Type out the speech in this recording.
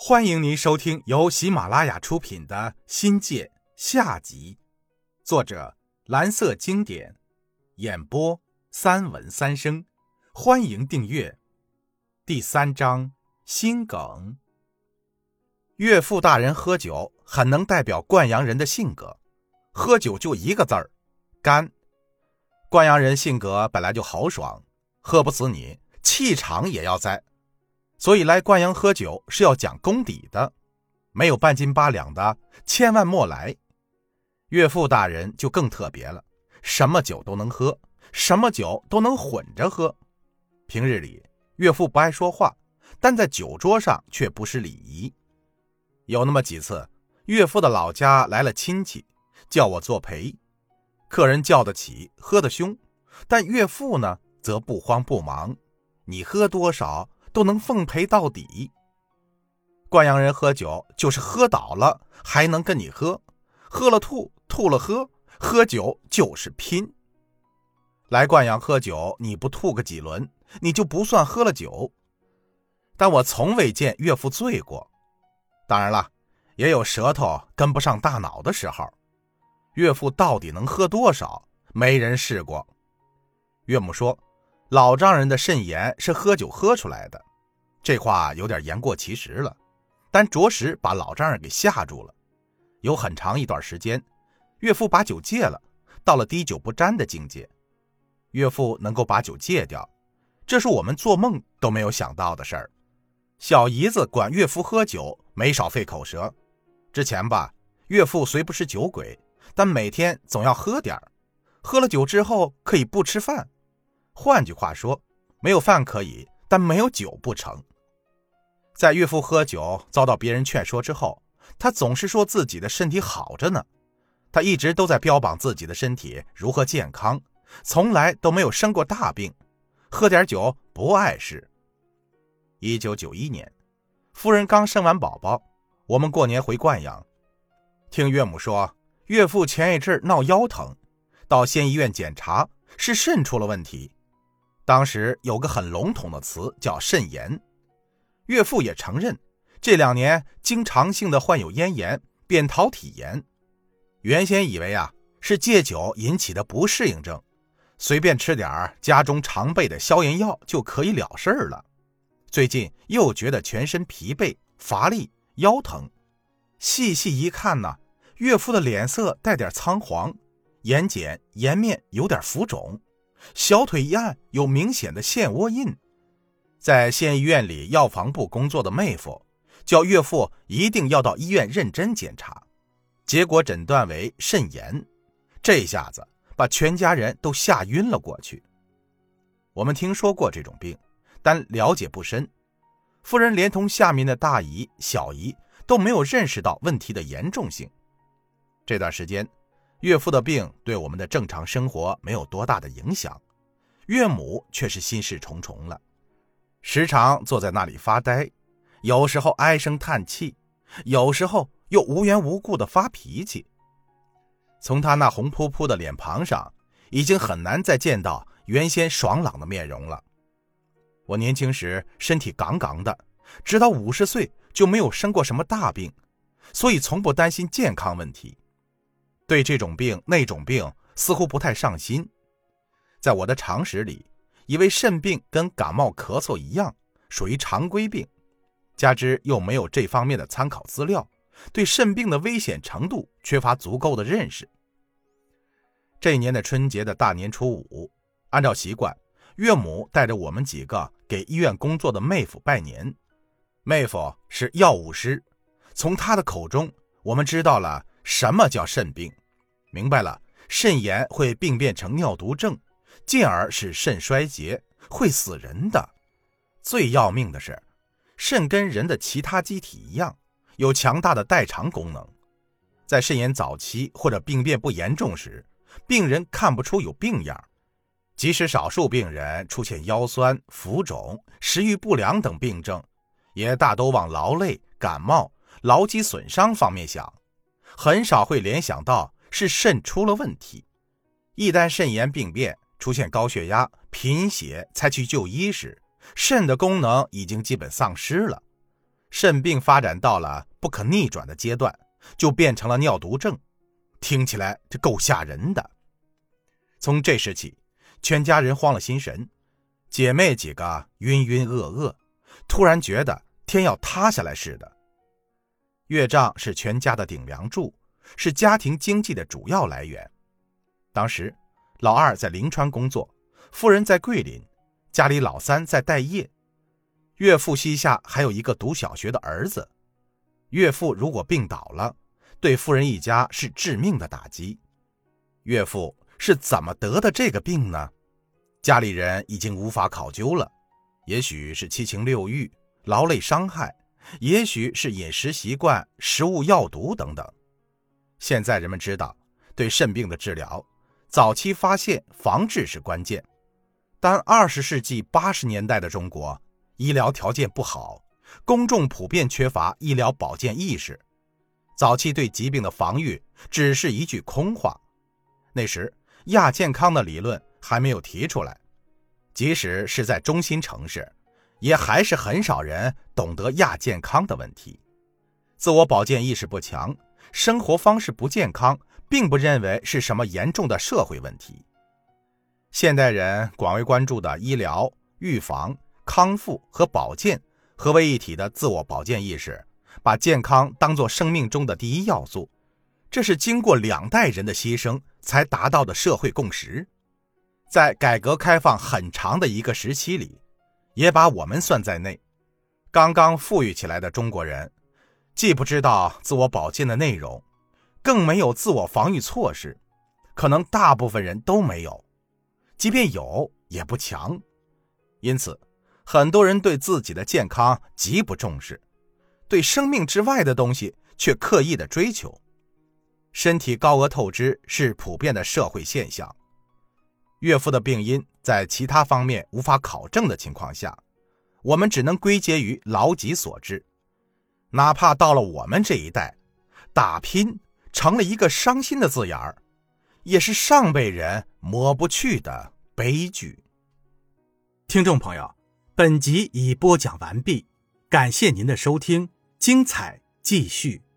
欢迎您收听由喜马拉雅出品的《新界》下集，作者蓝色经典，演播三文三生。欢迎订阅。第3章心梗。岳父大人喝酒很能代表灌阳人的性格，喝酒就一个字儿，干。灌阳人性格本来就豪爽，喝不死你，气场也要在。所以来灌阳喝酒是要讲功底的，没有半斤八两的千万莫来。岳父大人就更特别了，什么酒都能喝，什么酒都能混着喝。平日里岳父不爱说话，但在酒桌上却不失礼仪。有那么几次，岳父的老家来了亲戚，叫我作陪。客人叫得起，喝得凶，但岳父呢则不慌不忙，你喝多少都能奉陪到底。灌阳人喝酒就是喝倒了还能跟你喝，喝了吐，吐了喝，喝酒就是拼。来灌阳喝酒，你不吐个几轮，你就不算喝了酒。但我从未见岳父醉过，当然了，也有舌头跟不上大脑的时候。岳父到底能喝多少，没人试过。岳母说老丈人的肾炎是喝酒喝出来的，这话有点言过其实了，但着实把老丈人给吓住了。有很长一段时间，岳父把酒戒了，到了滴酒不沾的境界。岳父能够把酒戒掉，这是我们做梦都没有想到的事儿。小姨子管岳父喝酒没少费口舌。之前吧，岳父虽不是酒鬼，但每天总要喝点儿，喝了酒之后可以不吃饭。换句话说，没有饭可以，但没有酒不成。在岳父喝酒遭到别人劝说之后，他总是说自己的身体好着呢。他一直都在标榜自己的身体如何健康，从来都没有生过大病，喝点酒不碍事。1991年，夫人刚生完宝宝，我们过年回灌阳，听岳母说岳父前一阵闹腰疼，到县医院检查是肾出了问题。当时有个很笼统的词叫肾炎，岳父也承认这2年经常性的患有咽炎、扁桃体炎。原先以为是戒酒引起的不适应症，随便吃点家中常备的消炎药就可以了事了。最近又觉得全身疲惫、乏力、腰疼，细细一看呢，岳父的脸色带点苍黄，眼睑、颜面有点浮肿，小腿一按有明显的陷窝印。在县医院里药房部工作的妹夫叫岳父一定要到医院认真检查，结果诊断为肾炎。这下子把全家人都吓晕了过去。我们听说过这种病，但了解不深。夫人连同下面的大姨、小姨都没有认识到问题的严重性。这段时间岳父的病对我们的正常生活没有多大的影响，岳母却是心事重重了，时常坐在那里发呆，有时候唉声叹气，有时候又无缘无故的发脾气。从他那红扑扑的脸庞上，已经很难再见到原先爽朗的面容了。我年轻时身体杠杠的，直到50岁就没有生过什么大病，所以从不担心健康问题。对这种病那种病似乎不太上心。在我的常识里，以为肾病跟感冒咳嗽一样，属于常规病，加之又没有这方面的参考资料，对肾病的危险程度缺乏足够的认识。这一年的春节的大年初5，按照习惯，岳母带着我们几个给医院工作的妹夫拜年。妹夫是药物师，从他的口中我们知道了什么叫肾病，明白了肾炎会病变成尿毒症，进而使肾衰竭，会死人的。最要命的是，肾跟人的其他机体一样，有强大的代偿功能。在肾炎早期或者病变不严重时，病人看不出有病样，即使少数病人出现腰酸、浮肿、食欲不良等病症，也大都往劳累、感冒、劳肌损伤方面想，很少会联想到是肾出了问题。一旦肾炎病变，出现高血压、贫血才去就医时，肾的功能已经基本丧失了。 肾病发展到了不可逆转的阶段，就变成了尿毒症，听起来这够吓人的。从这时起，全家人慌了心神，姐妹几个晕晕噩噩，突然觉得天要塌下来似的。岳丈是全家的顶梁柱，是家庭经济的主要来源。当时老二在临川工作，夫人在桂林，家里老三在待业。岳父膝下还有一个读小学的儿子，岳父如果病倒了，对夫人一家是致命的打击。岳父是怎么得的这个病呢？家里人已经无法考究了，也许是七情六欲、劳累伤害，也许是饮食习惯、食物药毒等等。现在人们知道，对肾病的治疗，早期发现、防治是关键。但20世纪80年代的中国，医疗条件不好，公众普遍缺乏医疗保健意识，早期对疾病的防御只是一句空话。那时亚健康的理论还没有提出来，即使是在中心城市，也还是很少人懂得亚健康的问题。自我保健意识不强，生活方式不健康，并不认为是什么严重的社会问题。现代人广为关注的医疗、预防、康复和保健合为一体的自我保健意识，把健康当作生命中的第一要素，这是经过2代人的牺牲才达到的社会共识。在改革开放很长的一个时期里，也把我们算在内，刚刚富裕起来的中国人，既不知道自我保健的内容，更没有自我防御措施，可能大部分人都没有，即便有也不强。因此很多人对自己的健康极不重视，对生命之外的东西却刻意的追求。身体高额透支是普遍的社会现象。岳父的病因在其他方面无法考证的情况下，我们只能归结于劳疾所致。哪怕到了我们这一代，打拼成了一个伤心的字眼儿，也是上辈人抹不去的悲剧。 听众朋友，本集已播讲完毕，感谢您的收听，精彩继续。